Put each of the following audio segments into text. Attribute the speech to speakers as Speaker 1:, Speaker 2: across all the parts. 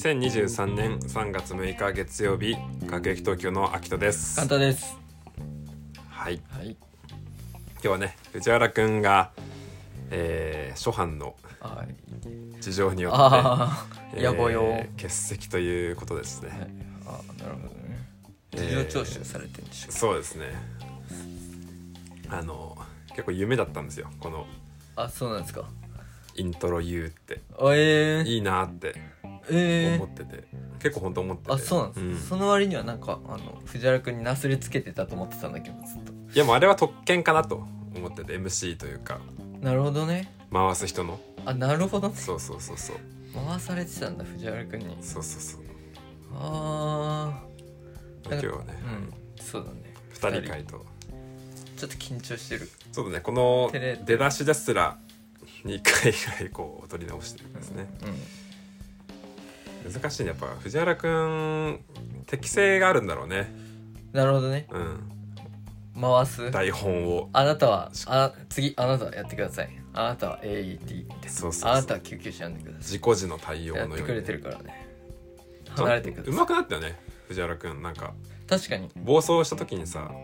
Speaker 1: 2023年3月6日月曜日、各駅東京の秋人です。
Speaker 2: 簡単です。
Speaker 1: はい、
Speaker 2: はい、
Speaker 1: 今日はね、藤原くんが、初版の事情によって、
Speaker 2: 野暮用
Speaker 1: 欠席ということですね。
Speaker 2: はい、なるほどね。事情聴取されてるんでしょうか。
Speaker 1: そうですね。結構夢だったんですよ、この
Speaker 2: そうなんですか。
Speaker 1: イントロ言うっていいなって思ってて、結構本当思ってて。
Speaker 2: そうなんです、その割にはなんか藤原くんになすりつけてたと思ってたんだけど、ずっと。
Speaker 1: いや、もうあれは特権かなと思ってて、 MC というか。
Speaker 2: なるほどね。
Speaker 1: 回す人の。
Speaker 2: なるほどね。
Speaker 1: そうそうそうそう、
Speaker 2: 回されてたんだ、藤原くんに。
Speaker 1: そうそうそう。
Speaker 2: 今
Speaker 1: 日はね、
Speaker 2: そうだね、
Speaker 1: 2人会と
Speaker 2: ちょっと緊張してる。
Speaker 1: そうだね、この出だしですら2回ぐらいこう撮り直してるんですね。難しいね、やっぱ藤原くん適性があるんだろうね。
Speaker 2: なるほどね。回す
Speaker 1: 台本を、
Speaker 2: あなたは次あなたはやってください、あなたは AET みたいな、
Speaker 1: そうそうそう、
Speaker 2: あなたは救急車やんでください、
Speaker 1: 自己時の対応のように、
Speaker 2: やってくれてるからね。離れてください。
Speaker 1: 上手くなったよね、藤原くん。なんか
Speaker 2: 確かに
Speaker 1: 暴走した時にさ、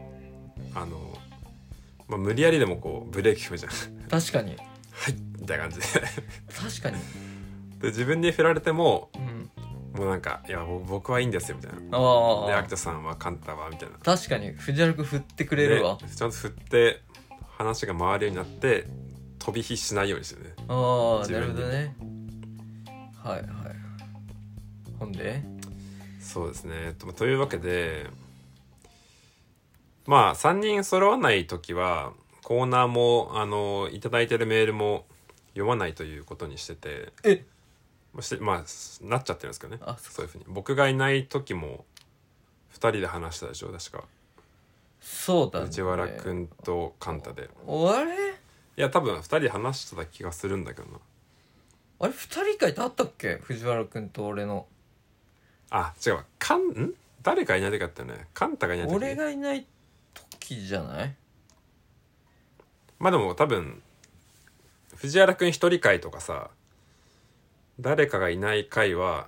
Speaker 1: 無理やりでもこうブレーキ踏むじゃん。
Speaker 2: 確かに
Speaker 1: はいみたいな感じで
Speaker 2: 確かに
Speaker 1: で、自分に振られても、もうなんか、いや僕はいいんですよみたいな。で、秋田さんはカンタはみたいな。
Speaker 2: 確かに藤原くん振ってくれるわ。
Speaker 1: ちゃんと振って話が回るようになって、飛び火しないようにしてね。
Speaker 2: なるほどね。はいはい。ほんで
Speaker 1: そうですね。というわけで、3人揃わない時はコーナーもいただいてるメールも読まないということにしてて、なっちゃってるんですけどね。そういうふうに僕がいない時も2人で話したでしょ、確か。
Speaker 2: そうだね、
Speaker 1: 藤原くんとカンタで。
Speaker 2: あれ、
Speaker 1: いや、多分2人で話してた気がするんだけどな。
Speaker 2: あれ2人会ってあったっけ、藤原くんと俺の。
Speaker 1: 違うわ、誰かいない時だったよね。カンタがいない時。
Speaker 2: 俺がいない時じゃない？
Speaker 1: でも多分藤原くん一人会とかさ、誰かがいない回は、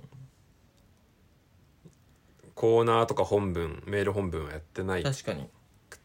Speaker 1: コーナーとか本文、メール本文はやってないくて。
Speaker 2: 確かに。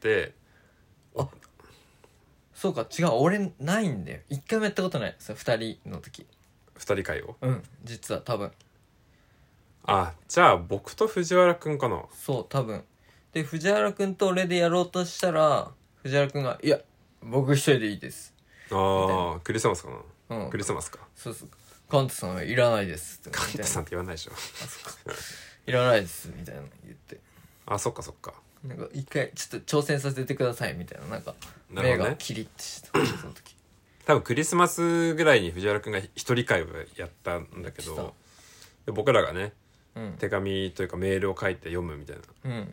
Speaker 2: そうか、違う、俺ないんだよ。一回もやったことない。2人の時。
Speaker 1: 2人会を。
Speaker 2: 実は多分。
Speaker 1: じゃあ僕と藤原くんかな。
Speaker 2: そう、多分。で、藤原くんと俺でやろうとしたら、藤原くんが、いや、僕一人でいいです。
Speaker 1: クリスマスかな。クリスマスか。
Speaker 2: そうそう。カンタさんはいらないです。
Speaker 1: カンタさんって言わないでしょ。
Speaker 2: いらないですみたいなの言って。
Speaker 1: そっかそっか。
Speaker 2: なんか一回ちょっと挑戦させてくださいみたいな、なんか目がキリッてしてた、その時。
Speaker 1: 多分クリスマスぐらいに藤原くんが一人会をやったんだけど、で僕らがね、手紙というかメールを書いて読むみたいな。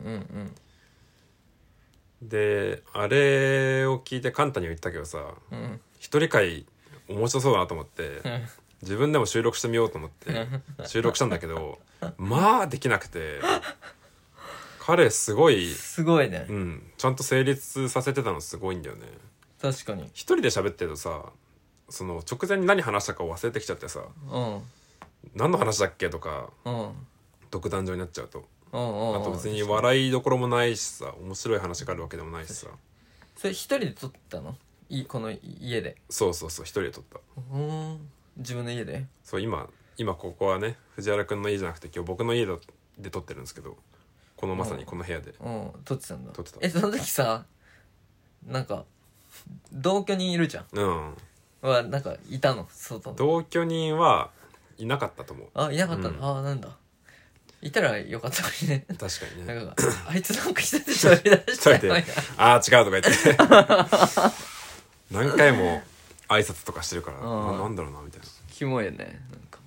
Speaker 1: で、あれを聞いてカンタには言ったけどさ、一人会面白そうだなと思って、自分でも収録してみようと思って収録したんだけどできなくて、彼すごいね。ちゃんと成立させてたのすごいんだよね。
Speaker 2: 確かに。
Speaker 1: 一人で喋ってるとさ、その直前に何話したかを忘れてきちゃってさ、何の話だっけとか、独壇場になっちゃうと、あと別に笑いどころもないしさ、面白い話があるわけでもないしさ。
Speaker 2: それ一人で撮ったの？この家で？
Speaker 1: そう一人で撮った。
Speaker 2: 自分の家で？
Speaker 1: そう、今ここはね、藤原くんの家じゃなくて今日僕の家で撮ってるんですけど、このまさにこの部屋で
Speaker 2: 撮ってたんだ。
Speaker 1: 撮ってた。
Speaker 2: その時さ、なんか同居人いるじゃん。なんかいたの？
Speaker 1: 同居人はいなかったと思う。
Speaker 2: いなかったの。なんだ、いたらよかったのにね。
Speaker 1: 確かにね。
Speaker 2: なんかあいつなんか一人で喋り出したよ。
Speaker 1: 違うとか言って何回も挨拶とかしてるから、なんだろうなみたいな。
Speaker 2: キモいよね、なんか。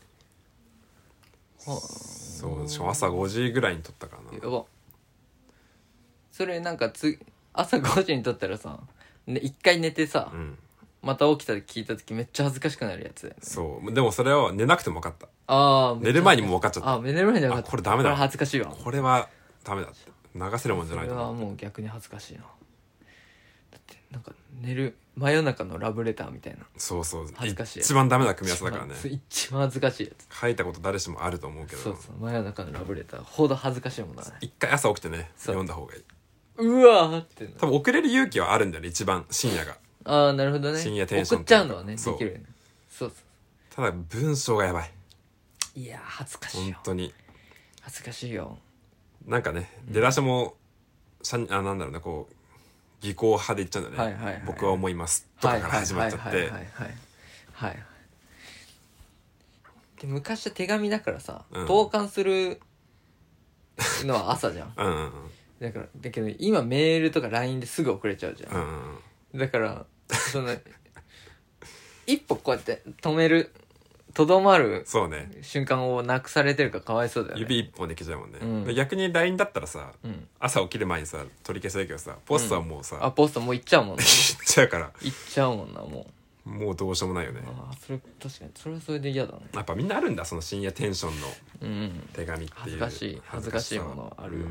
Speaker 1: そう、しかも朝5時ぐらいに撮ったからな。
Speaker 2: やば。それなんか朝5時に撮ったらさ、一回寝てさ、また起きた時聞いた時めっちゃ恥ずかしくなるやつだよね。
Speaker 1: そう、でもそれは寝なくても分かった。寝る前にも分かっちゃった。
Speaker 2: 寝る前に分かった。
Speaker 1: これダメだ、
Speaker 2: これ恥ずかしいわ。
Speaker 1: これはダメだって、流せるもんじゃないと。
Speaker 2: それはもう逆に恥ずかしいな。 ってなんか寝る真夜中のラブレターみたいな。
Speaker 1: そうそう、
Speaker 2: 恥ずかしいやつ
Speaker 1: 一番ダメな組み合わせだからね。
Speaker 2: 一番恥ずかしいやつ。
Speaker 1: 書いたこと誰しもあると思うけど、
Speaker 2: そうそう、真夜中のラブレターほど恥ずかしいものはない。
Speaker 1: 一回朝起きてね
Speaker 2: そう
Speaker 1: 読んだ方がいい。
Speaker 2: うわーって
Speaker 1: 多分遅れる勇気はあるんだよね、一番深夜が。
Speaker 2: ああなるほどね。
Speaker 1: 深夜テンション
Speaker 2: 送っちゃうのはねで
Speaker 1: そう
Speaker 2: きるよね。そうそ
Speaker 1: ただ文章がやばい、
Speaker 2: う。いやー恥ずかしいよ。
Speaker 1: 本当に。
Speaker 2: 恥ずかしいよ。
Speaker 1: なんかね出だしもなんだろうね、こう技巧派で言っちゃうんだよね、
Speaker 2: はいはいはいはい
Speaker 1: 僕は思いますとかから始まっちゃって。
Speaker 2: はいはいはいはいはいはい。で昔は手紙だからさ、
Speaker 1: うん
Speaker 2: 投函するのは朝じゃん。
Speaker 1: うんうんうん
Speaker 2: だからだけど今メールとか LINE ですぐ送れちゃうじゃん。
Speaker 1: うんうん
Speaker 2: だからその一歩こうやって止めるとどまる
Speaker 1: そうね、
Speaker 2: 瞬間をなくされてるからかわいそうだよね。
Speaker 1: 指一本で消えちゃうもんね、
Speaker 2: うん
Speaker 1: で逆に LINE だったらさ、
Speaker 2: うん
Speaker 1: 朝起きる前にさ取り消せるけどさ、ポストはもうさ、
Speaker 2: あポストもう行っちゃうもんね。
Speaker 1: 行っちゃうから
Speaker 2: 行っちゃうもんなもう。
Speaker 1: もうどうしようもないよね。
Speaker 2: ああそれ確かにそれはそれで嫌だね。
Speaker 1: やっぱみんなあるんだ、その深夜テンションの
Speaker 2: うん
Speaker 1: 手紙っていう
Speaker 2: 恥ずかしいものあるよ。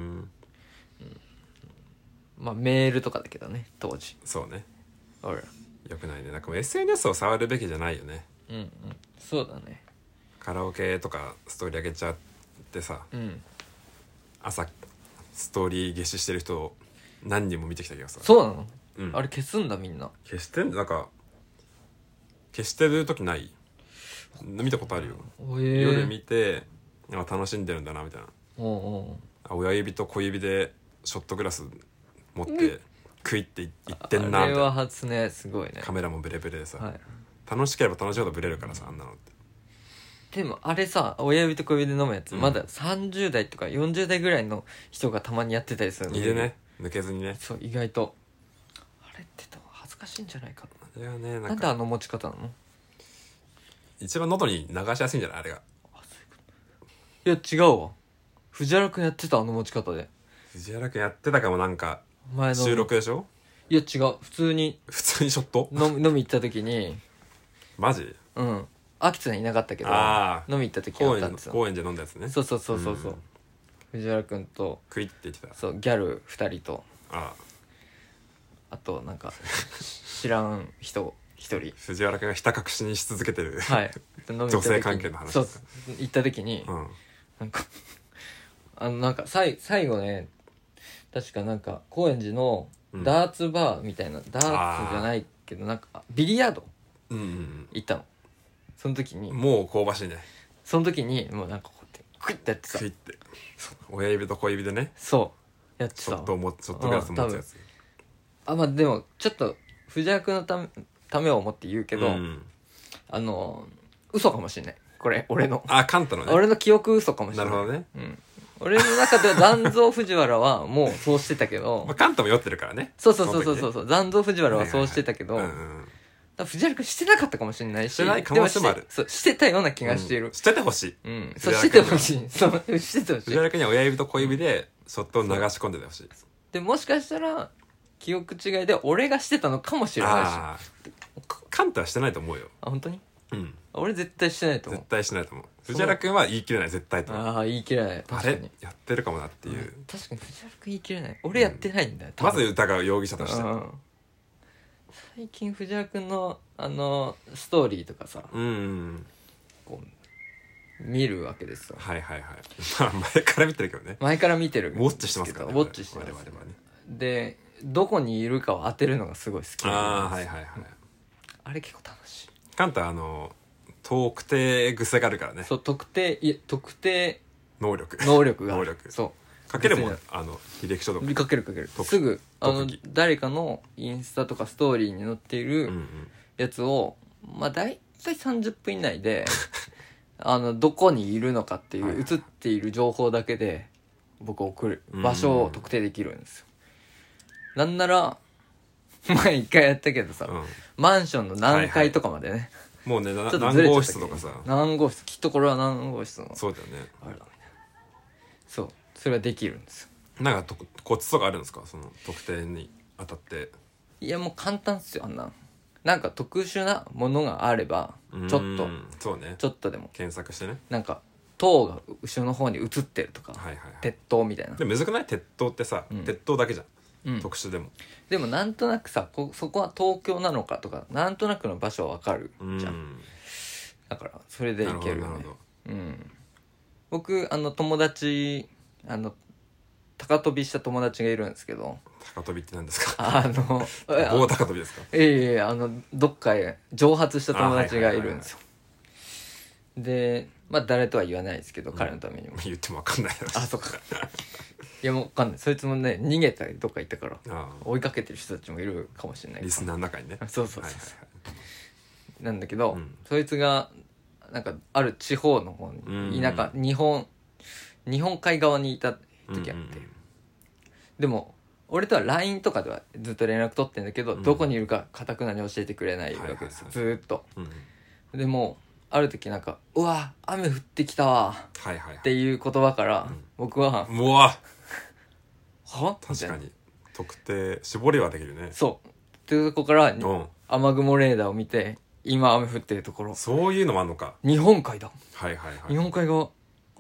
Speaker 2: まあメールとかだけどね当時。
Speaker 1: そうね、
Speaker 2: ほら
Speaker 1: よくないね。なんかもう SNS を触るべきじゃないよね。
Speaker 2: うんうんそうだね。
Speaker 1: カラオケとかストーリー上げちゃってさ、
Speaker 2: うん
Speaker 1: 朝ストーリー消ししてる人を何人も見てきたけどさ。
Speaker 2: そうなの、
Speaker 1: うん
Speaker 2: あれ消すんだみんな。
Speaker 1: 消してんなんか消してる時ない？見たことあるよ、夜見て楽しんでるんだなみたいな。
Speaker 2: おうおう
Speaker 1: 親指と小指でショットグラス持ってクイっていってんな
Speaker 2: あれ
Speaker 1: みたいな。
Speaker 2: は初ねすごいね。
Speaker 1: カメラもブレブレでさ、
Speaker 2: はい
Speaker 1: 楽しければ楽しいほどブレるからさ、あんなのって。
Speaker 2: でもあれさ親指と小指で飲むやつ、
Speaker 1: うん
Speaker 2: まだ30代とか40代ぐらいの人がたまにやってたりするの
Speaker 1: いるね、抜けずにね。
Speaker 2: そう意外とあれって恥ずかしいんじゃないか
Speaker 1: いやね、
Speaker 2: なんであの持ち方なの。
Speaker 1: 一番喉に流しやすいんじゃないあれが。
Speaker 2: いや違うわ藤原くんやってたあの持ち方で
Speaker 1: 藤原くんやってたかも。なんか
Speaker 2: 前の
Speaker 1: 収録でしょ。
Speaker 2: いや違う普通に
Speaker 1: 普通にショット
Speaker 2: 飲み行った時に
Speaker 1: マジ。
Speaker 2: うん秋津さんいなかったけど
Speaker 1: あ
Speaker 2: 飲み行った時あったんですよ。
Speaker 1: 高円寺飲んだやつね。
Speaker 2: そうそうそうそうそう、
Speaker 1: うん
Speaker 2: 藤原くんと
Speaker 1: クイって言ってた。
Speaker 2: そうギャル2人と
Speaker 1: あ
Speaker 2: あとなんか知らん人1人
Speaker 1: 藤原くんがひた隠しにし続けてる
Speaker 2: はい飲み行った時に
Speaker 1: 女性関係の話
Speaker 2: そう行った時に、
Speaker 1: うん
Speaker 2: なんかなんか最後ね確かなんか高円寺のダーツバーみたいな、ダーツじゃないけどなんかビリヤード
Speaker 1: うんうん
Speaker 2: 行ったの。その時に
Speaker 1: うん。もう香ばしいね。
Speaker 2: その時にもうなんかこうやってクイッてやってさ
Speaker 1: クイって親指と小指でね、
Speaker 2: そうやって
Speaker 1: ショ
Speaker 2: さ
Speaker 1: ットグラス持つやつ。
Speaker 2: まあでもちょっと藤原君のためを思って言うけど、
Speaker 1: うん
Speaker 2: 嘘かもしれないこれ俺の
Speaker 1: カンタのね。
Speaker 2: 俺の記憶嘘かもしれない。
Speaker 1: なるほどね。
Speaker 2: うん俺の中では残像藤原はもうそうしてたけど
Speaker 1: カンタも酔ってるからね。
Speaker 2: そう残像藤原はそうしてたけど、
Speaker 1: うんうん
Speaker 2: だから藤原君してなかったかもしれないし
Speaker 1: してない可能性もある
Speaker 2: でしてそうしてたような気がしている。
Speaker 1: しててほしい。
Speaker 2: うん、そう
Speaker 1: 藤原君には
Speaker 2: しててほしい。そうしててほしい。
Speaker 1: 藤原君には親指と小指でショットを流し込んでてほしい。
Speaker 2: でもしかしたら記憶違いで俺がしてたのかもしれないし。
Speaker 1: あカンタはしてないと思うよ。
Speaker 2: 本当に
Speaker 1: うん
Speaker 2: 俺絶対してないと思う
Speaker 1: 絶。対してないと思う。藤原君は言い切れない、絶対と思う。
Speaker 2: ああ言い切れない
Speaker 1: あ
Speaker 2: 確かに
Speaker 1: れやってるかもなっていう。
Speaker 2: 確かに藤原君言い切れない。俺やってないんだよ、多
Speaker 1: ま
Speaker 2: 分
Speaker 1: ず疑う容疑者として。
Speaker 2: うん最近藤原君のストーリーとかさ
Speaker 1: うん。
Speaker 2: こう見るわけですよ。
Speaker 1: はいはいはい。まあ前から見てるけどね。
Speaker 2: 前から見てる
Speaker 1: ウォッチしてますからね。
Speaker 2: ウォッチしてます
Speaker 1: 我々はね。
Speaker 2: でどこにいるかを当てるのがすごい好き
Speaker 1: ああはいはいはい。
Speaker 2: あれ結構楽しい。
Speaker 1: カンタ特定癖があるからね。
Speaker 2: そう特定
Speaker 1: 能力
Speaker 2: 能力がある
Speaker 1: 能力
Speaker 2: そ
Speaker 1: かけるもん
Speaker 2: 別
Speaker 1: 履歴書とか。
Speaker 2: うかけるすぐ
Speaker 1: 特技
Speaker 2: 誰かのインスタとかストーリーに載っている
Speaker 1: うんうん。
Speaker 2: やつをまあ大体30分以内でどこにいるのかっていう、
Speaker 1: はいはい
Speaker 2: 映っている情報だけで僕送る
Speaker 1: うん
Speaker 2: 場所を特定できるんですよ。なんなら前一回やったけどさ、
Speaker 1: うん
Speaker 2: マンションの何階とかまでね、
Speaker 1: もうね、
Speaker 2: ちょっとず
Speaker 1: 何号
Speaker 2: れちゃったけど
Speaker 1: 室とかさ。
Speaker 2: 何号室きっとこれは何号室の
Speaker 1: そうだよね。
Speaker 2: あれだみたいな。そうそれはできるんですよ。
Speaker 1: なんかコツとかあるんですか、その特定に当たって。
Speaker 2: いやもう簡単っすよなんか特殊なものがあればちょっと
Speaker 1: うんそうね。
Speaker 2: ちょっとでも
Speaker 1: 検索してね。
Speaker 2: なんか塔が後ろの方に映ってるとか、
Speaker 1: はいはいはい。
Speaker 2: 鉄塔みたいな。
Speaker 1: でむずくない？鉄塔ってさ、
Speaker 2: うん
Speaker 1: 鉄塔だけじゃん。
Speaker 2: うん
Speaker 1: 特殊でも。
Speaker 2: でもなんとなくさそこは東京なのかとかなんとなくの場所はわかるじゃん。だからそれでいけるよね。うん。僕友達高跳びした友達がいるんですけど。
Speaker 1: 高跳びって何ですか？棒高跳びですか？
Speaker 2: どっかへ蒸発した友達がいるんですよ。でまあ誰とは言わないですけど、彼のためにも
Speaker 1: 言っても分かんないだろうし。
Speaker 2: あそっかいやもう分かんない。そいつもね逃げたりどっか行ったから追いかけてる人たちもいるかもしれない。
Speaker 1: リスナーの中にね。
Speaker 2: そうそうそう、なんだけど、そいつがなんかある地方の方に田舎、日本海側にいた時あって、でも俺とは LINE とかではずっと連絡取ってんだけど、どこにいるか堅くなに教えてくれないわけですよ、ずーっと。でもある時なんかうわ雨降ってきたわっていう言葉から僕は
Speaker 1: うわ
Speaker 2: は
Speaker 1: 確かに特定絞りはできるね。
Speaker 2: そうっていうとこから雨雲レーダーを見て今雨降ってるところ、
Speaker 1: そういうのもあんのか。
Speaker 2: 日本海だ、日本海側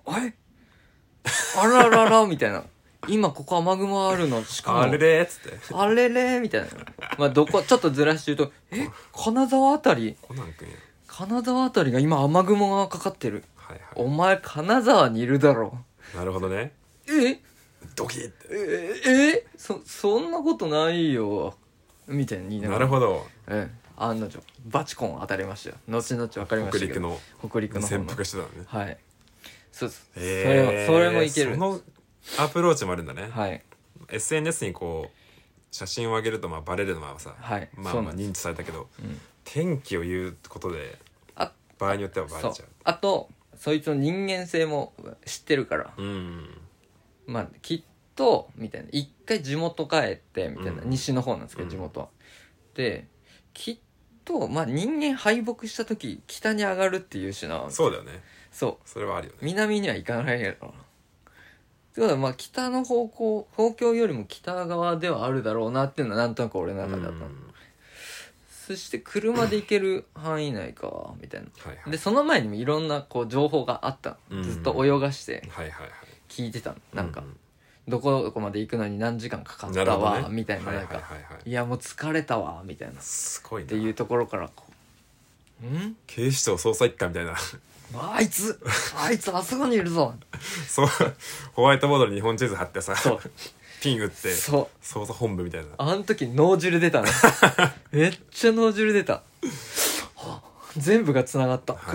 Speaker 2: あらららみたいな、今ここ雨雲あるの、しかも
Speaker 1: あれれっつって
Speaker 2: あれれみたいな、まあどこちょっとずらして言うと金沢あたり、
Speaker 1: コナン君や。
Speaker 2: 金沢あたりが今雨雲がかかってる、お前金沢にいるだろ。
Speaker 1: なるほどね。ドキッ
Speaker 2: てそんなことないよみたいに。
Speaker 1: なるほど。
Speaker 2: 案の定バチコン当たりましたよ。後々分かりましたけど、北陸の
Speaker 1: 潜伏してたのね。
Speaker 2: はい、そうそれもいける。
Speaker 1: そのアプローチもあるんだね。
Speaker 2: はい。
Speaker 1: SNS にこう写真を上げるとまあバレるのはさ、まあ認知されたけど、天気を言うことで場合によってはバレちゃう。
Speaker 2: あとそいつの人間性も知ってるから、まあきっとみたいな、一回地元帰ってみたいな、西の方なんですけど地元は、できっとまあ人間敗北した時北に上がるっていうしな。
Speaker 1: そうだよね。
Speaker 2: そ
Speaker 1: れはあるよね。
Speaker 2: 南には行かないやろ。ってことはまあ北の方向、東京よりも北側ではあるだろうなっていうのはなんとなく俺の中であったの。そして車で行ける範囲内かみたいな、でその前にもいろんなこう情報があったの、ずっと泳がして聞いてたの、なんか、どこまで行くのに何時間かかったわ、みたいな、なんか、いやもう疲れたわみたいな、
Speaker 1: すごいな
Speaker 2: っていうところからこう
Speaker 1: 警視庁捜査一課みたいな
Speaker 2: あいつあそこにいるぞ
Speaker 1: そう、ホワイトボードに日本地図貼ってさ、ピン打って捜査本部みたいな。
Speaker 2: あの時脳汁出たねめっちゃ脳汁出た全部がつながった、こ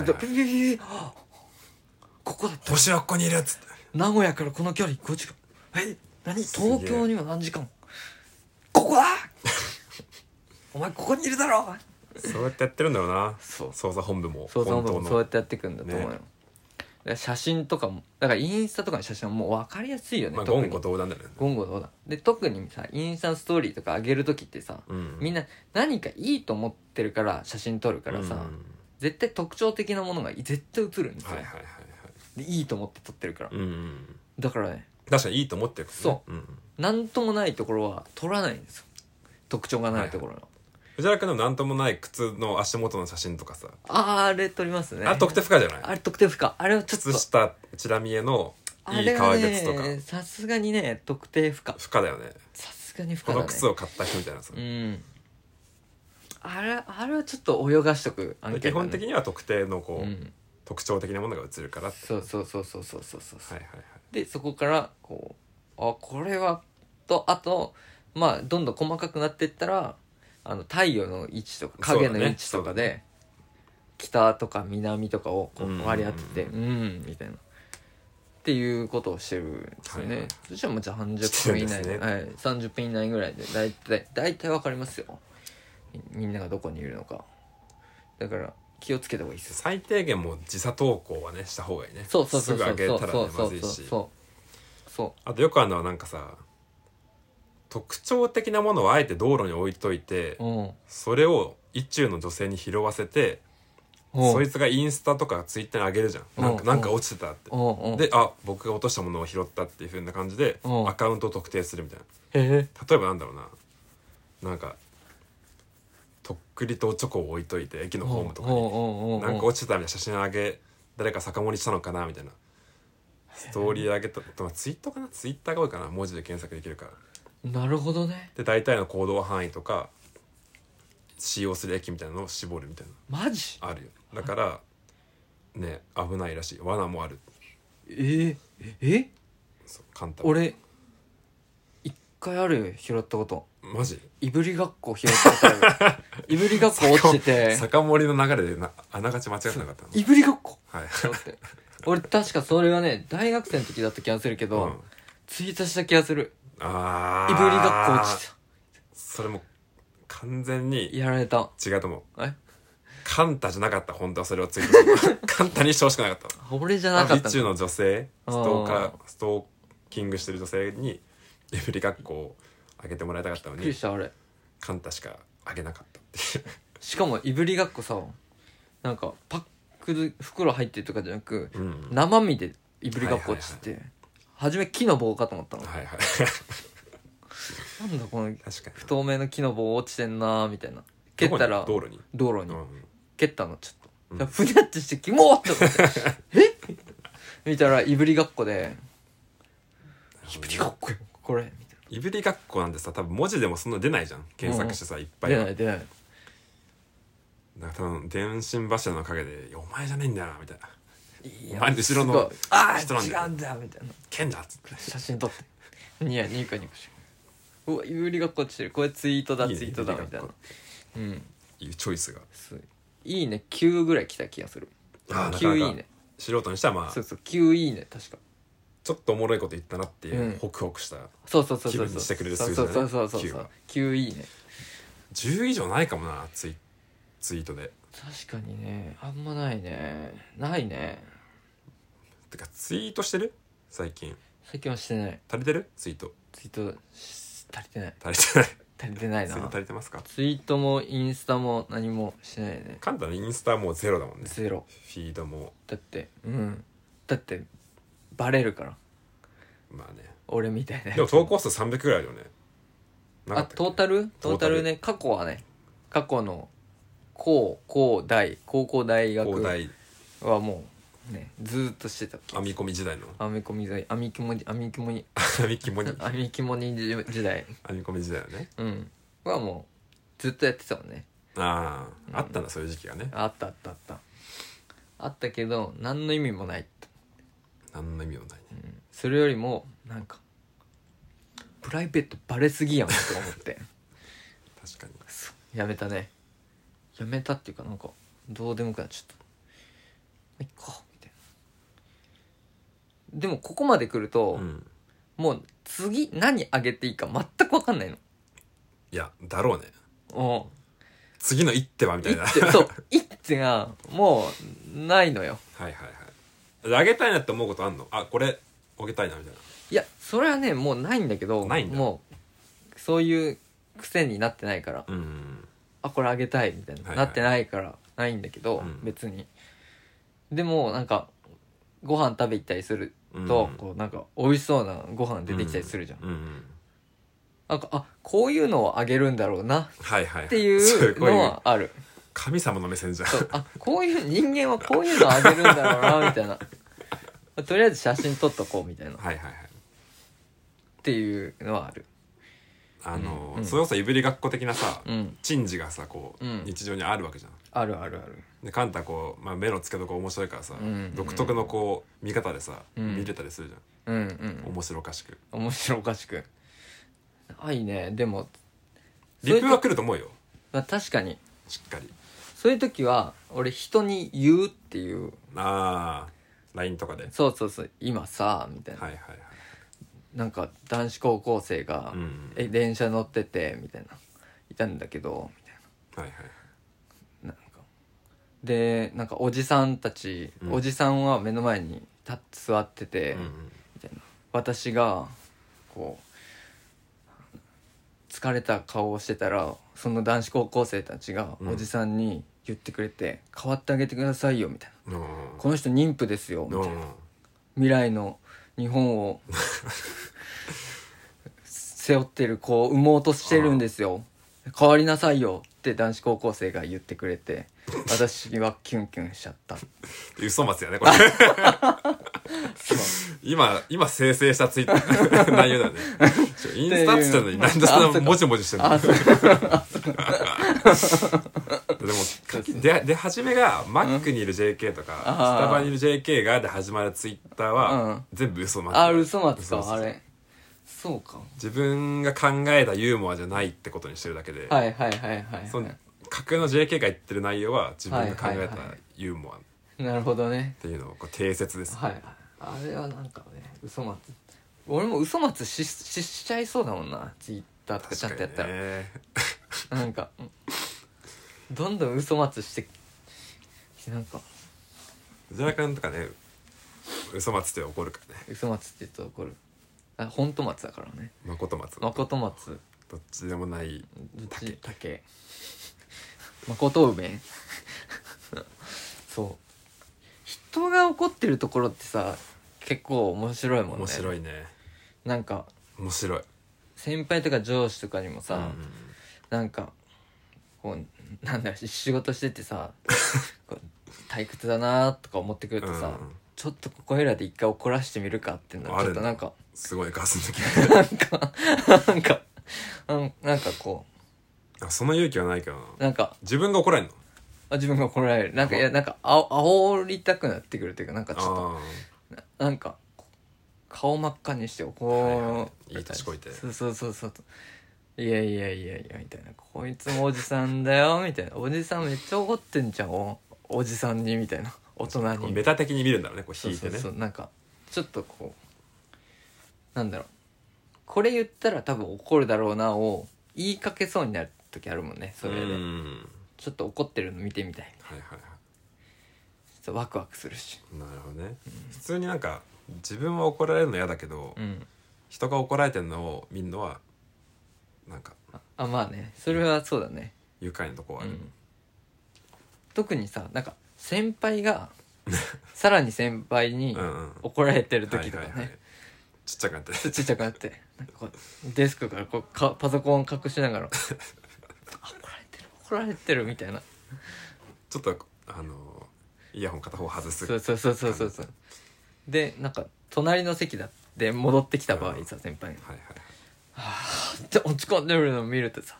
Speaker 2: こだった、
Speaker 1: 星はここにいるっつって、
Speaker 2: 名古屋からこの距離5時間、何東京には何時間、ここだお前ここにいるだろ。
Speaker 1: そうやってやってるんだろうな。捜査本部も
Speaker 2: そうやってやっていくんだと思うよ、写真とかもだからインスタとかの写真はもう分かりやすいよね。
Speaker 1: 言語道断だよね。
Speaker 2: 言語道断で、特にさインスタストーリーとか上げる時ってさ、みんな何かいいと思ってるから写真撮るからさ、絶対特徴的なものが絶対写るんですよ。でいいと思って撮ってるから、だからね、
Speaker 1: 確かにいいと思ってるからね。
Speaker 2: そう、なんともないところは撮らないんですよ、特徴がないところの。
Speaker 1: 藤原君のなんともない靴の足元の写真とかさ、
Speaker 2: あれ撮りますね。
Speaker 1: あれ特定不可じゃない？
Speaker 2: あれ特定不可。あれはちょっと
Speaker 1: 靴下チラ見えのいい革靴とか、
Speaker 2: さすがにね特定不可。
Speaker 1: 不可だよね。
Speaker 2: さすがに不可だね。
Speaker 1: この靴を買った人みたいなさ、
Speaker 2: あれはちょっと泳がしとく案件だね。
Speaker 1: 基本的には特定のこう、特徴的なものが映るからって。
Speaker 2: そうでそこからこうこれはと、あとまあどんどん細かくなっていったら太陽の位置とか影の位置とかで、北とか南とかをこう割り当ててみたいなっていうことをしてるんですよね。そしたらもうじゃあ30分以内で、30分以内ぐらいで大体わかりますよ、みんながどこにいるのか。だから気をつけた方がいいですよ。
Speaker 1: 最低限もう時差投稿はねした方がいいね。
Speaker 2: す
Speaker 1: ぐ上げたらねまずいし。あとよくあるのはなんかさ、特徴的なものをあえて道路に置いといて、それを一中の女性に拾わせて、そいつがインスタとかツイッターに上げるじゃん。なんか落ちてたって。で、僕が落としたものを拾ったっていう風な感じでアカウントを特定するみたいな。例えばなんだろうな、なんかとっくりとチョコを置いといて駅のホームとかになんか落ちてたみたいな写真あげ、誰か酒盛りしたのかなみたいなストーリー上げた。ツイートかな、ツイッターが多いかな、文字で検索できるから。
Speaker 2: なるほどね。
Speaker 1: で大体の行動範囲とか使用する駅みたいなのを絞るみたいな
Speaker 2: マジ
Speaker 1: あるよ。だからね危ないらしい。罠もある。そうカンタ
Speaker 2: 俺一回あるよ、拾ったこと。
Speaker 1: マジ
Speaker 2: いぶりがっこ拾ったことある。いぶりがっこ落ちてて
Speaker 1: 酒盛りの流れであながち間違ってなかったの。
Speaker 2: いぶりがっこ
Speaker 1: はい
Speaker 2: って俺確かそれはね大学生の時だった気がするけど、ツイートした気がする。
Speaker 1: あ
Speaker 2: いぶりがっこ落ちて
Speaker 1: それも完全に
Speaker 2: た。やられた。
Speaker 1: 違うと思う。
Speaker 2: え
Speaker 1: カンタじゃなかった。本当はそれをツイートするカンタにしてほしくなかった。
Speaker 2: 俺じゃなかった
Speaker 1: 備中の女性ストーキングしてる女性にいぶりがっこをあげてもらいたかったの
Speaker 2: びっくり
Speaker 1: に
Speaker 2: したあれ。
Speaker 1: カンタしかあげなかったっていう。
Speaker 2: しかもいぶりがっこさ、なんかパックで袋入ってるとかじゃなく、
Speaker 1: うん
Speaker 2: 生身でいぶりがっこ落ちて、初め木の棒かと思ったの。
Speaker 1: はいはい
Speaker 2: なんだこの
Speaker 1: 確かに
Speaker 2: 不透明の木の棒落ちてんなーみたいな。蹴ったら
Speaker 1: 道路に
Speaker 2: 道路に
Speaker 1: うん
Speaker 2: 蹴ったのちょっ
Speaker 1: うん
Speaker 2: と、ふにゃってしてキモーって思ってえ見たらいぶりがっこで、いぶりがっこよこれみたい
Speaker 1: いぶりがっこなんてさ多分文字でもそんな出ないじゃん。検索してさいっぱ
Speaker 2: な。
Speaker 1: い
Speaker 2: 出ない出ない。
Speaker 1: だから多分電信柱の陰で「お前じゃねえんだよな」みたいな
Speaker 2: いや
Speaker 1: 前の後ろの
Speaker 2: すごいあ
Speaker 1: 人なんだよ
Speaker 2: あ違うんだみたいな。
Speaker 1: 「剣だ」っつって
Speaker 2: 写真撮ってニコニコして、うわいぶりがっこ落ちてる、これツイートだ
Speaker 1: いいね
Speaker 2: ツイートだみたいな。うん
Speaker 1: いうチョイスが
Speaker 2: すごいいいね9ぐらい来た気がする。9
Speaker 1: なかなか
Speaker 2: いいね。
Speaker 1: 素人にしてはまあ
Speaker 2: そうそう9いいね確か。
Speaker 1: ちょっとおもろいこと言ったなっていう、
Speaker 2: うん
Speaker 1: ホクホクした
Speaker 2: そうそうそうそう
Speaker 1: 気分にしてくれる数字だね
Speaker 2: そうそうそうそう
Speaker 1: 9は
Speaker 2: 9いいね。
Speaker 1: 10以上ないかもなツイートで。
Speaker 2: 確かにねあんまないね。ないね。
Speaker 1: てかツイートしてる最近
Speaker 2: 最近はしてない。
Speaker 1: 足りてるツイート
Speaker 2: ツイート足りてない。
Speaker 1: 足りてない
Speaker 2: 足りてないな。
Speaker 1: ツイート足りてますか。
Speaker 2: ツイートもインスタも何もしてないね。
Speaker 1: カンタのインスタはもうゼロだもんね。
Speaker 2: ゼロ。
Speaker 1: フィードも
Speaker 2: だってだってバレるから
Speaker 1: まあね。
Speaker 2: 俺みたいなやつ。
Speaker 1: でも投稿数300くらいあるよね。なか
Speaker 2: あ
Speaker 1: ったっけ
Speaker 2: トータルね。過去はね過去の高校大学
Speaker 1: 広大
Speaker 2: はもうねずーっとしてた。
Speaker 1: 編み込み時代の
Speaker 2: 編み込み時代
Speaker 1: 編み肝に
Speaker 2: 編み肝に時代
Speaker 1: 編み込み時代よね。
Speaker 2: はもうずっとやってたもんね。
Speaker 1: ああ、あったんだそういう時期がね。
Speaker 2: あったあったけど何の意味もない。
Speaker 1: 何の意味もないね。
Speaker 2: それよりもなんかプライベートバレすぎやんと思って
Speaker 1: 確かに。
Speaker 2: やめたね。やめたっていうかなんかどうでもよくなっちゃった。いっかみたいな。でもここまで来ると、もう次何あげていいか全く分かんないの。
Speaker 1: いやだろうね。
Speaker 2: お
Speaker 1: 次の一手はみたいな。
Speaker 2: そう一手がもうないのよ。
Speaker 1: はいはいはい。あげたいなって思うことあんの？あこれあげたいなみたいな。
Speaker 2: いやそれはねもうないんだけど、
Speaker 1: ないんだ。
Speaker 2: もうそういう癖になってないから、あこれあげたいみたいな、なってないからないんだけど、別に。でもなんかご飯食べ行ったりすると、こうなんか美味しそうなご飯出てきたりするじゃん。なんかこういうのをあげるんだろうなっていうのはある。
Speaker 1: 神様の目線じゃん。
Speaker 2: こういう人間はこういうのあげるんだろうなみたいな。とりあえず写真撮っとこうみたいな。っていうのはある。
Speaker 1: それこそいぶりがっこ的なさ、珍事がさこう、日常にあるわけじゃん。
Speaker 2: あるあるある。
Speaker 1: でカンタこう、目の付けどころ面白いからさ、独特のこう見方でさ、見れたりするじゃん。面白おかしく。
Speaker 2: いいね。でも
Speaker 1: リプは来ると思うよ。
Speaker 2: 確かに
Speaker 1: しっかり。
Speaker 2: そういう時は俺人に言うっていう。
Speaker 1: LINE とかで。
Speaker 2: そう今さみたいな。なんか男子高校生が、電車乗っててみたいないたんだけどみたいな。なんかでなんかおじさんたち、おじさんは目の前に座ってて、みたいな。私がこう疲れた顔をしてたらその男子高校生たちがおじさんに言ってくれて、代わってあげてくださいよみたいな。この人妊婦ですよみたいな。未来の日本を背負ってる子を産もうとしてるんですよ。変わりなさいよって男子高校生が言ってくれて、私はキュンキュンしちゃった。
Speaker 1: 嘘松やねこれ。
Speaker 2: そう
Speaker 1: 今生成したツイッター内容だね。インスタっつってんのになんでそんなもじもじしてんの。でも出始めがマックにいる JK とか、スタバにいる JK がで始まるツイッターは全部嘘松。
Speaker 2: 嘘松か。あれそうか。
Speaker 1: 自分が考えたユーモアじゃないってことにしてるだけで、
Speaker 2: はいはいはいはい、
Speaker 1: その架空の JK が言ってる内容は自分が考えたユーモア、
Speaker 2: なるほどね
Speaker 1: っていうのをこう定説です、
Speaker 2: はい。あれはなんかね、嘘松、俺も嘘松しちゃいそうだもんな、ツイッターとかちゃんとやったら、なんかどんどん嘘松して、なんか
Speaker 1: 藤原君とかね、嘘松って怒るからね。
Speaker 2: 嘘松って言うと怒る。本当松だからね。
Speaker 1: 誠松。
Speaker 2: 誠松。
Speaker 1: どっちでもない
Speaker 2: 竹。誠梅。そう。人が怒ってるところってさ、結構面白いもんね。
Speaker 1: 面白いね。
Speaker 2: なんか
Speaker 1: 面白い。
Speaker 2: 先輩とか上司とかにもさ、なんかこうなんだろう、仕事しててさこう退屈だなとか思ってくるとさ、ちょっとここいらで一回怒らしてみるかっていうのはちょっとなんか
Speaker 1: すごいガス抜き
Speaker 2: なんかこ
Speaker 1: う、その勇気はないけどな。
Speaker 2: なんか
Speaker 1: 自分が怒られんの？
Speaker 2: 自分が怒られる。なんかいや、なんか煽りたくなってくるっていうか、なんかちょっとなんか顔真っ赤にしてこう、
Speaker 1: いい年こいて、
Speaker 2: そういやみたいな、こいつもおじさんだよみたいな、おじさんめっちゃ怒ってんじゃんおじさんにみたいな、大人に
Speaker 1: メタ的に見るんだろうね、こう引いてね。
Speaker 2: そうなんかちょっとこうなんだろう、これ言ったら多分怒るだろうなを言いかけそうになる時あるもんね。それでちょっと怒ってるの見てみたいみたいな、ちょっとワクワクするし。
Speaker 1: なるほどね、普通になんか自分は怒られるの嫌だけど、人が怒られてるのを見るのはなんか
Speaker 2: まあね、それはそうだね、
Speaker 1: 愉快なとこはある、
Speaker 2: 特にさ、なんか先輩がさらに先輩に怒られてる時とかね、
Speaker 1: ちっちゃくなって
Speaker 2: なんかこうデスクからこうパソコン隠しながら怒られてるみたいな、
Speaker 1: ちょっとイヤホン片方外す。
Speaker 2: そうで、なんか隣の席で戻ってきた場合さ、先輩がって落ち込んでるのを見るとさ、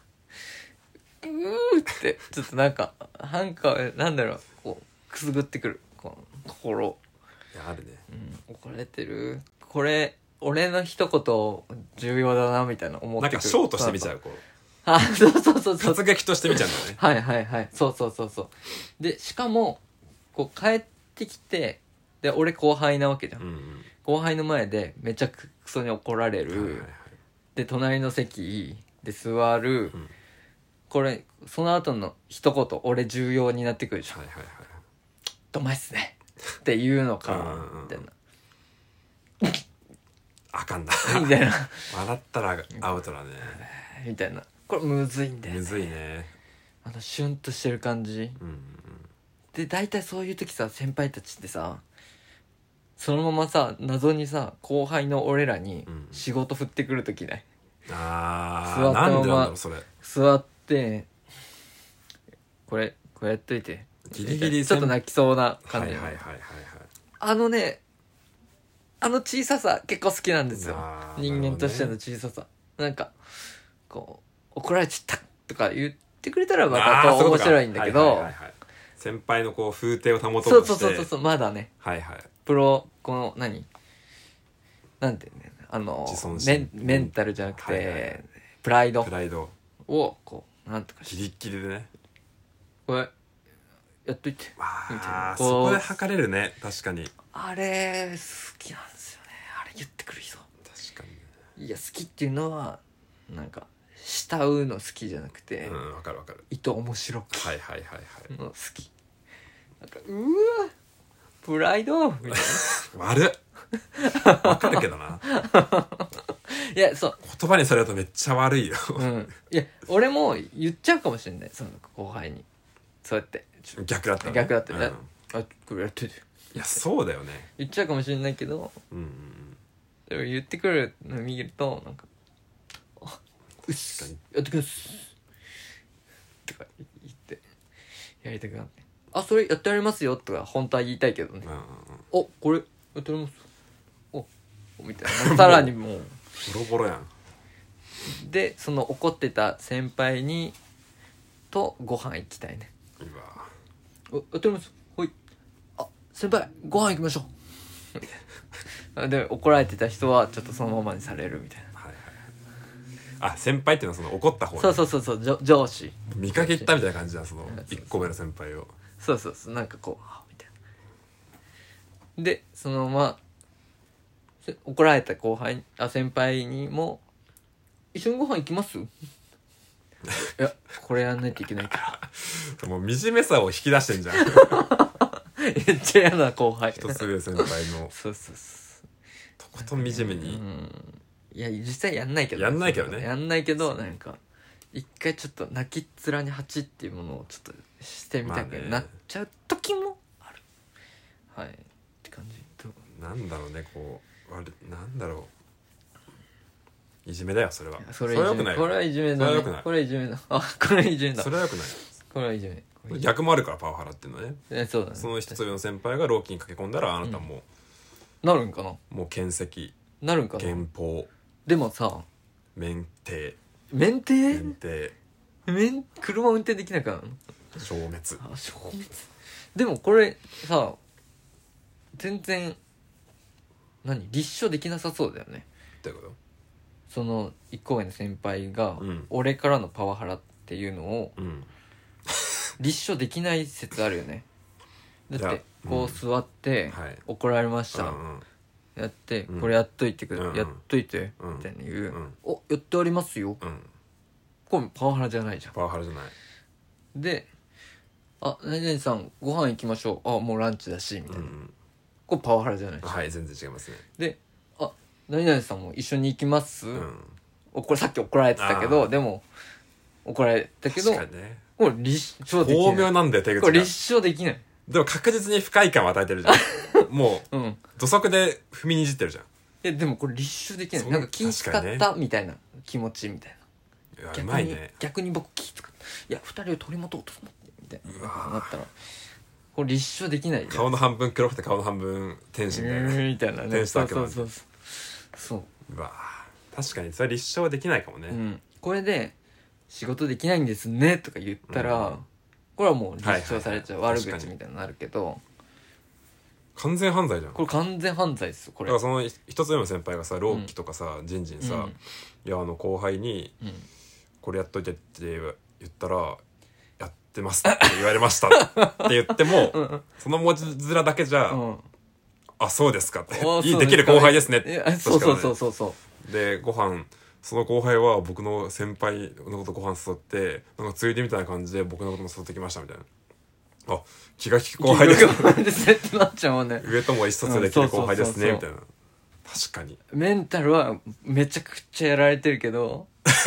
Speaker 2: ってちょっとなんかなんだろう、こうくすぐってくる、こう心。
Speaker 1: いやあるね、
Speaker 2: 怒られてる、これ俺の一言重要だなみたいな思ってくる。
Speaker 1: なんかショーとして見ちゃう、こ
Speaker 2: うそう
Speaker 1: 活劇として見ちゃうんだよね。
Speaker 2: はいそうで、しかもこう帰ってきて、で俺後輩なわけじゃん、後輩の前でめちゃくそに怒られる、で隣の席で座る、これその後の一言俺重要になってくるでしょ。どんまいっすねっていうのかみたいな、
Speaker 1: あかんだ
Speaker 2: みたいな
Speaker 1: 笑ったらアウトだね
Speaker 2: みたいな、これむずいんだよね。
Speaker 1: むずいね。
Speaker 2: シュンとしてる感じ、で大体そういう時さ、先輩たちってさそのままさ謎にさ後輩の俺らに仕事振ってくる時ない、
Speaker 1: なんでなんだろうそれ。
Speaker 2: 座ってこれやっといて、
Speaker 1: ギリギリ
Speaker 2: ちょっと泣きそうな感じ、小ささ結構好きなんですよ、人間としての小ささ。なんかこう怒られちゃったとか言ってくれたらまた面白いんだけど、
Speaker 1: 先輩のこう風景を保とうとして
Speaker 2: そうまだね、プロこのなんてね、メンタルじゃなくて、プライドをこうなんとか
Speaker 1: ギリッギリでね、
Speaker 2: これやっといてみたいな、
Speaker 1: そこで測れるね。確かに
Speaker 2: あれ好きなんですよね、あれ言ってくる人。
Speaker 1: 確かに、
Speaker 2: いや好きっていうのはなんか慕うの好きじゃなくて、
Speaker 1: わかる
Speaker 2: 面白くの好き、なんかわプライドみたいな
Speaker 1: 悪っわかるけどな
Speaker 2: いやそう
Speaker 1: 言葉にされるとめっちゃ悪いよ
Speaker 2: いや俺も言っちゃうかもしれない、その後輩にそうやって
Speaker 1: 逆だったら、
Speaker 2: これやってて、
Speaker 1: いやそうだよね、
Speaker 2: 言っちゃうかもしれないけど、でも言ってくるのを見るとなんかうっすやってきますとか言ってやりたくなって、それやってやりますよとか本当は言いたいけどね、これ取れますおみたいなさらにもう
Speaker 1: ボロボロやん。
Speaker 2: でその怒ってた先輩にとご飯行きたいね。
Speaker 1: うわ
Speaker 2: 取れますほいあ先輩ご飯行きましょうで怒られてた人はちょっとそのままにされるみたいな。
Speaker 1: はいはい。あ、先輩っていうのはその怒った方ね。
Speaker 2: そう上司
Speaker 1: 見かけったみたいな感じだ、その1個目の先輩を。
Speaker 2: そうなんかこうみたいな。でそのまま怒られた先輩にも一緒にご飯行きますいやこれやんないといけないから
Speaker 1: もう惨めさを引き出してんじゃん。
Speaker 2: めっちゃ嫌な後輩。
Speaker 1: 一つ上先輩の
Speaker 2: そう
Speaker 1: とことん惨めに、
Speaker 2: いや実際やんないけど
Speaker 1: やんないけどね。
Speaker 2: やんないけどなんか一回ちょっと泣きっ面に蜂っていうものをちょっとしてみたくなっちゃう時もある。はいって感じ。
Speaker 1: なんだろうね、こうなんだろう、いじめだよそれは。
Speaker 2: それはよくない。これはいじめだね。これはいじめだ。あこれはいじめだ。
Speaker 1: それはよくない。
Speaker 2: これはいじめ。
Speaker 1: 逆もあるからパワハラっていうのはね。
Speaker 2: そうだね。
Speaker 1: その一つ上の先輩が労基に駆け込んだらあなたも、
Speaker 2: なるんかな。
Speaker 1: もう検責
Speaker 2: なるんかな。
Speaker 1: 減俸
Speaker 2: でもさ
Speaker 1: 免停
Speaker 2: 車運転できなくなるの。
Speaker 1: 消滅。
Speaker 2: 消滅。でもこれさ全然立証できなさそうだよね。
Speaker 1: どういうこ
Speaker 2: その一個上の先輩が、
Speaker 1: うん
Speaker 2: 俺からのパワハラっていうのを
Speaker 1: と？
Speaker 2: 立証できない説あるよね。だってこう座って、
Speaker 1: はい、
Speaker 2: 怒られました、やって、これやっといてくれ、やっといて、みたいに言う、おやってありますよ、これパワハラじゃないじゃん。
Speaker 1: パワハラじゃない。
Speaker 2: で何々さんご飯行きましょう、もうランチだしみたいな、これパワハラじゃないじゃん。
Speaker 1: はい、全然違いますね。
Speaker 2: で何々さんも一緒に行きます、これさっき怒られてたけど、でも怒られたけど、
Speaker 1: 確かにね、
Speaker 2: これ立証できない。
Speaker 1: 巧妙なんだよ手口が。
Speaker 2: これ立証できない。
Speaker 1: でも確実に不快感を与えてるじゃん。もう、土足で踏みにじってるじゃん。
Speaker 2: でもこれ立証できない。なんか気使ったみたいな気持ちみたいな。
Speaker 1: うまいね。
Speaker 2: 逆に僕気使った。いや2人を取り持とうと思ってみたいななったら、これ立証できない。
Speaker 1: 顔の半分黒くて顔の半分天使みたいな。
Speaker 2: みたいなね。
Speaker 1: 天使だけど。
Speaker 2: そう。
Speaker 1: うわ確かにそれは立証はできないかもね。
Speaker 2: これで仕事できないんですねとか言ったら、これはもう立証されちゃう、悪口みたいになるけど、
Speaker 1: 完全犯罪じゃん。
Speaker 2: これ完全犯罪ですよこれ。
Speaker 1: だからその一つ目の先輩がさ、労基とかさ、人事にさ、いや後輩に、これやっといてって言ったら、やってますって言われましたって言っても、その文字面だけじゃ、あそうですかってできる後輩ですねって。
Speaker 2: そう
Speaker 1: でその後輩は僕の先輩のことご飯誘ってなんかついでみたいな感じで僕のことも誘ってきましたみたいな。気が利く後輩ですね
Speaker 2: ってなっちゃうもんね。
Speaker 1: 上とも一卒できる後輩ですねみたいな。確かに
Speaker 2: メンタルはめちゃくちゃやられてるけど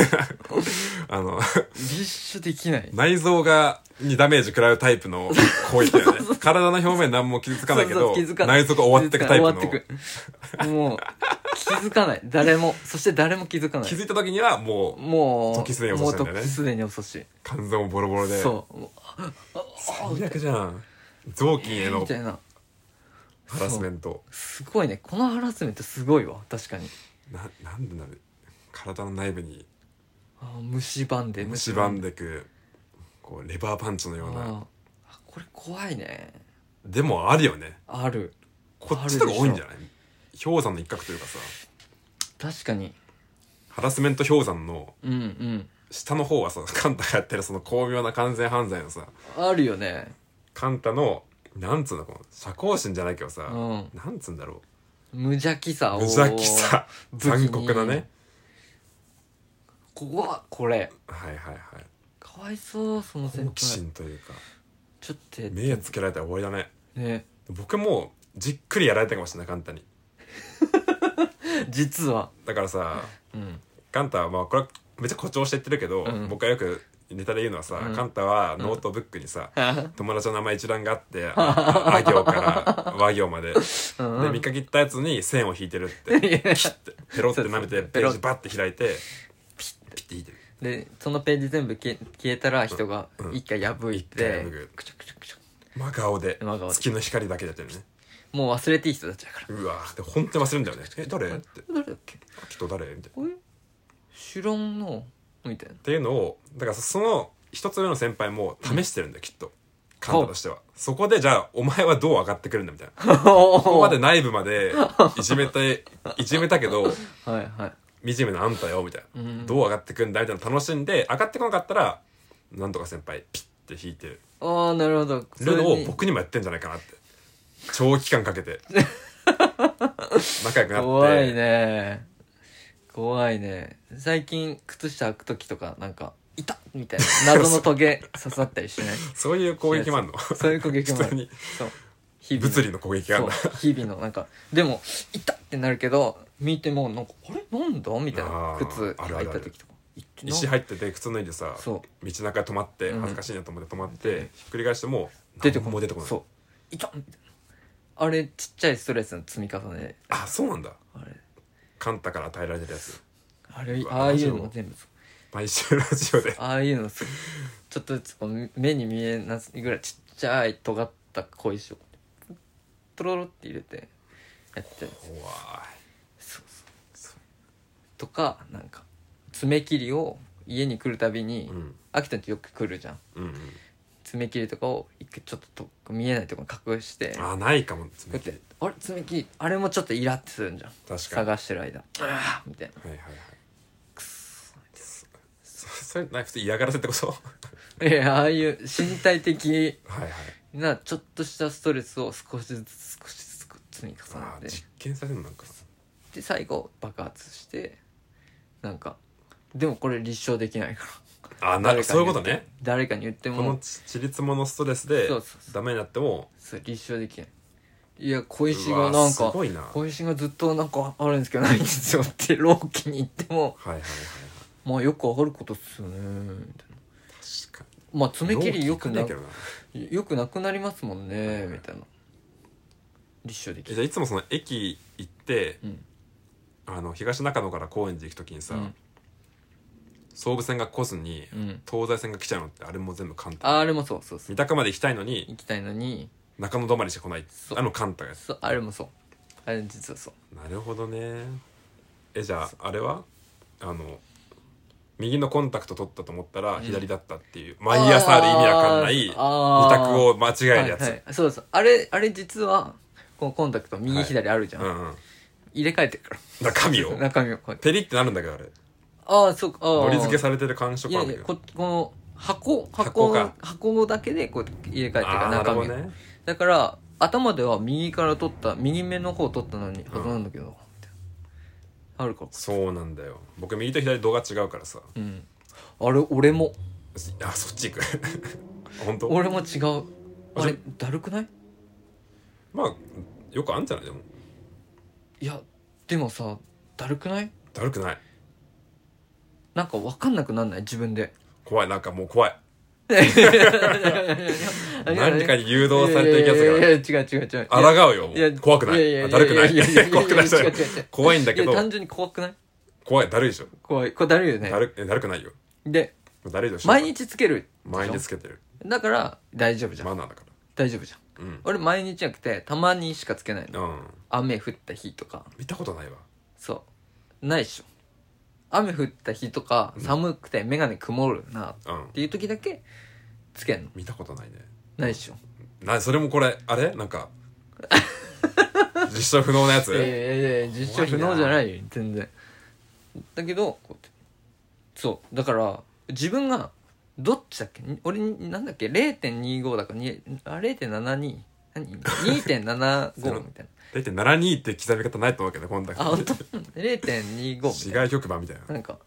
Speaker 2: 立証できない。
Speaker 1: 内臓にダメージ食らうタイプの行為だよね。体の表面何も傷つかないけど内臓が終わってくタイプの。
Speaker 2: もう気づかない。誰もそして誰も気づかない。
Speaker 1: 気づいた時にはもう時すでに遅しいんだよね。
Speaker 2: 時すでに遅し。
Speaker 1: 肝臓もボロボロで。最悪じゃん。臓器への
Speaker 2: みたいな
Speaker 1: ハラスメント。
Speaker 2: すごいね。このハラスメントすごいわ。確かに。
Speaker 1: なんでなる。体の内部に
Speaker 2: 蝕んで
Speaker 1: くこうレバーパンチのような。
Speaker 2: これ怖いね。
Speaker 1: でもあるよね。
Speaker 2: ある。
Speaker 1: こっちとか多いんじゃない？氷山の一角というかさ。
Speaker 2: 確かに
Speaker 1: ハラスメント氷山の下の方はさ、カンタがやってるその巧妙な完全犯罪のさ、
Speaker 2: あるよね。
Speaker 1: カンタのなんつうの、この社交心じゃないけどさ、なんつうんだろ
Speaker 2: う、無邪気さ、
Speaker 1: 残酷なね。
Speaker 2: これ
Speaker 1: はい
Speaker 2: かわいそう。その先輩
Speaker 1: 好奇心というか
Speaker 2: ちょっと
Speaker 1: 目つけられたら終わりだ
Speaker 2: ね。
Speaker 1: 僕もじっくりやられたかもしれない、カンタに。
Speaker 2: 実は
Speaker 1: だからさ、カンタはこれはめっちゃ誇張して言ってるけど、僕はよくネタで言うのはさ、カンタはノートブックにさ、友達の名前一覧があってあ行から和行までで見限ったやつに線を引いてるってピッてペロって舐めてページバッて開いてピッて引いてる。
Speaker 2: でそのページ全部消えたら人が一回破いて
Speaker 1: 真顔で月の光だけでやってるね。
Speaker 2: もう忘れていい人たちだから。
Speaker 1: うわで本当に忘れるんだよね。誰って
Speaker 2: 誰だっけ、
Speaker 1: きっと誰みたいな。
Speaker 2: 知らんのみたいな。
Speaker 1: っていうのをだからその一つ上の先輩も試してるんだよ、きっとカンタとしては。そこでじゃあお前はどう上がってくるんだみたいなここまで内部までいじめたけど
Speaker 2: はいはい
Speaker 1: 惨めなあんたよみたいな、どう上がってくんだみたいな楽しんで、上がってこなかったらなんとか先輩ピッて引いてる
Speaker 2: ああなるほど。
Speaker 1: のを僕にもやってんじゃないかなって、長期間かけて仲良くなって。
Speaker 2: 怖いね怖いね。最近靴下履く時とかなんかいたみたいな謎のトゲ刺さったりしない
Speaker 1: そういう攻撃もあるの
Speaker 2: そういう攻撃もある。
Speaker 1: 普通に
Speaker 2: そう
Speaker 1: 物理の攻撃があるんだ。
Speaker 2: そう日々のなんかでもいたってなるけど見てもなんかあれなんだみたいな。靴履いた時とか
Speaker 1: 石入ってて靴脱いでさ、
Speaker 2: そう
Speaker 1: 道中で止まって恥ずかしいなと思って止まって、ひっくり返しても
Speaker 2: 出てこ
Speaker 1: もう出てこない。
Speaker 2: そういたみたいな。あれちっちゃいストレスの積み重ね。
Speaker 1: あ、そうなんだ。
Speaker 2: あれ
Speaker 1: カンタから与えられてるやつ。
Speaker 2: ああいうの全部そう
Speaker 1: 毎週ラジオで
Speaker 2: ああいうのちょっとずつ目に見えないぐらいちっちゃい尖った小石をトロロって入れてやってたやつ。
Speaker 1: 怖い。
Speaker 2: そうとかなんか爪切りを家に来るたびに、アキトってよく来るじゃん、爪切りとかを一回ちょっと見えないところに隠して、
Speaker 1: あ、ないかも。
Speaker 2: 爪切りあれ爪切りあれもちょっとイラってするんじゃん。
Speaker 1: 確かに
Speaker 2: 探してる間あみたいな。
Speaker 1: はいはいはい。それ普通嫌がらせってこと？
Speaker 2: いやああいう身体的
Speaker 1: はいはい
Speaker 2: なちょっとしたストレスを少しずつ積み重ねて、
Speaker 1: 実験されるのなんか
Speaker 2: で最後爆発してなんかでもこれ立証できないか
Speaker 1: ら、そういうことね。
Speaker 2: 誰かに言っても
Speaker 1: このちりつものストレスでダメになっても
Speaker 2: そう立証できない。いや小石がなんか
Speaker 1: すごいな。
Speaker 2: 小石がずっとなんかあるんですけどないんですよって朗希に言っても、
Speaker 1: はいはいはいはい。
Speaker 2: まあよくわかることっすよねみたいな。
Speaker 1: 確か
Speaker 2: まあ爪切りよ
Speaker 1: よ
Speaker 2: くなくなりますもんねみたいな。立証できる。
Speaker 1: じゃあいつもその駅行って、
Speaker 2: うん、
Speaker 1: 東中野から高円寺行くときにさ、総武線が来ずに、東西線が来ちゃうのってあれも全部カンタ。
Speaker 2: あれもそう
Speaker 1: 三鷹まで行きたいのに中野止まりしてこない。カンタが
Speaker 2: そうあれもそうあれ実はそう
Speaker 1: なるほどね。じゃああれは右のコンタクト取ったと思ったら左だったっていう、毎朝ある意味わかんない二択を間違えるやつ、
Speaker 2: はいはい、そうあれ実はこのコンタクト右左あるじゃん、入れ替えてるから
Speaker 1: 中身をペリってなるんだけどあれ
Speaker 2: そう
Speaker 1: のり付けされてる感触なんだけど、
Speaker 2: この箱だけでこう入れ替えてるから中身を、ね、だから頭では右目の方取ったのにはずなんだけど、あるか
Speaker 1: そうなんだよ。僕右と左動画違うからさ、
Speaker 2: あれ俺も
Speaker 1: そっち行く本当
Speaker 2: 俺も違う。あれだるくない？
Speaker 1: まあよくあんじゃない。でも
Speaker 2: いやでもさだるくない？
Speaker 1: だるくない。
Speaker 2: なんか分かんなくなんない自分で。
Speaker 1: 怖い。なんかもう怖い何かに誘導されていくやつが。
Speaker 2: 違う
Speaker 1: 抗うよ。もう怖くない。だるくない。怖くない。怖いんだけど。
Speaker 2: 単純に怖くない？
Speaker 1: 怖い。だるいでしょ。
Speaker 2: 怖い。これだるいよね。
Speaker 1: だるくないよ。
Speaker 2: で
Speaker 1: だるいでしょ。
Speaker 2: 毎日つける。
Speaker 1: 毎日つけてる。
Speaker 2: だから大丈夫じゃん。
Speaker 1: マナーだから。
Speaker 2: 大丈夫じゃん。俺毎日じゃなくてたまにしかつけないの。雨降った日とか。
Speaker 1: 見たことないわ。
Speaker 2: そうないっしょ。雨降った日とか寒くて眼鏡曇るなっていう時だけつけんの。
Speaker 1: 見たことないね。
Speaker 2: ないっしょ。
Speaker 1: それもこれあれなんか実証不能なやつ。
Speaker 2: 実証不能じゃないよ全然。だけどこうやってそうだから自分がどっちだっけ俺なんだっけ 0.25 だか 0.72 2.75 みたいな。
Speaker 1: 0.72 って刻み方ないと思うけどコンタクト。
Speaker 2: 本当 0.25
Speaker 1: 市外局番みたいな。
Speaker 2: なんか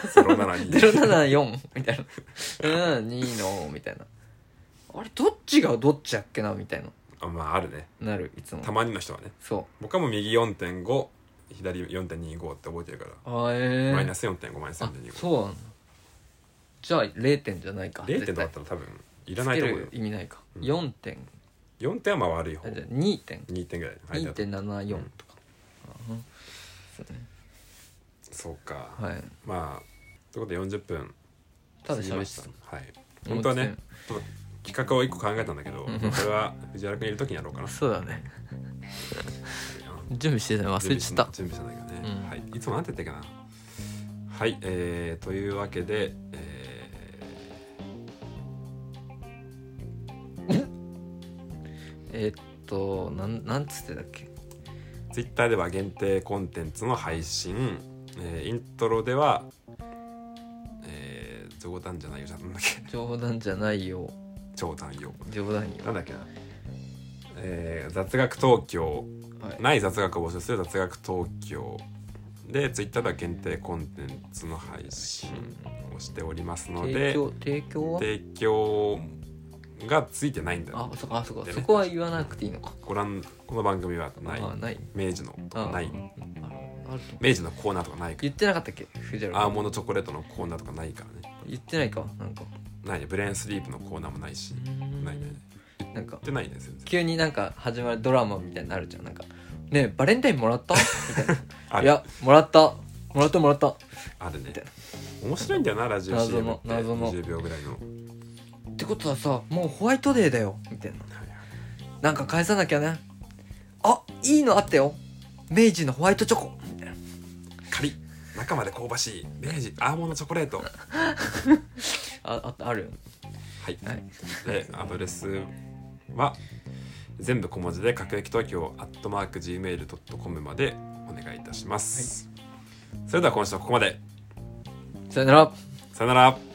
Speaker 1: 072
Speaker 2: 074みたいな2のみたいな。あれどっちがどっちやっけなみたいな。
Speaker 1: まああるね。
Speaker 2: なるいつも
Speaker 1: たまにの人はね。
Speaker 2: そう
Speaker 1: 僕はもう右 4.5 左 4.25 って覚えてるから。マイナス 4.5 マイナス 4.25。
Speaker 2: そうなんだ。じゃあ0点じゃないか。
Speaker 1: 0点だったら多分いらないと思うよ。
Speaker 2: 意味ないか。4点
Speaker 1: 4点はまあ悪い方。
Speaker 2: じゃあ2点
Speaker 1: ぐらい。
Speaker 2: 2.74 とか。
Speaker 1: そうか。
Speaker 2: はい。
Speaker 1: まあということで40分
Speaker 2: ただしました。
Speaker 1: はい。本当はね企画を1個考えたんだけど、これは藤原君いる時にやろうかな。
Speaker 2: そうだね。 準備してたの忘れちゃった。
Speaker 1: 準備したんだけどね、はい、いつもなんて言ったっけな。はい、というわけで、
Speaker 2: なんつってたっけ。
Speaker 1: ツイッターでは限定コンテンツの配信、イントロでは、冗談じゃないよじゃなんだっけ。
Speaker 2: 冗談じゃないよ。
Speaker 1: 冗談よ。
Speaker 2: 冗談よ。
Speaker 1: なんだっけな。雑学東京、はい、ない雑学を募集する雑学東京でツイッターでは限定コンテンツの配信をしておりますので、
Speaker 2: 提
Speaker 1: 供がついてないんだ
Speaker 2: よ。あ、そこそこは言わなくていいのか。
Speaker 1: この番組はない。明治のとかない。明治のコーナーとかないから。
Speaker 2: 言ってなかったっけ。
Speaker 1: アーモンドチョコレートのコーナーとかないからね。
Speaker 2: 言ってないか。なんか
Speaker 1: ないね。ブレーンスリープのコーナーもないし。ないね。
Speaker 2: なんか
Speaker 1: 言ってないね。
Speaker 2: 急になんか始まるドラマみたいになるじゃん。なんかねえバレンタインもらったみたいな。いやもらった。
Speaker 1: あるね。面白いんだよなラジオ CM って
Speaker 2: 謎の
Speaker 1: 20秒ぐらいの。
Speaker 2: ってことはさもうホワイトデーだよみたいな、なんか返さなきゃね。あ、いいのあったよ、明治のホワイトチョコみたいな。
Speaker 1: カリッ中まで香ばしい明治アーモンドチョコレート
Speaker 2: あるよ。
Speaker 1: はい、でアドレスは全部小文字で各駅東京@gmail.com までお願いいたします、それでは今週はここまで。
Speaker 2: さよなら。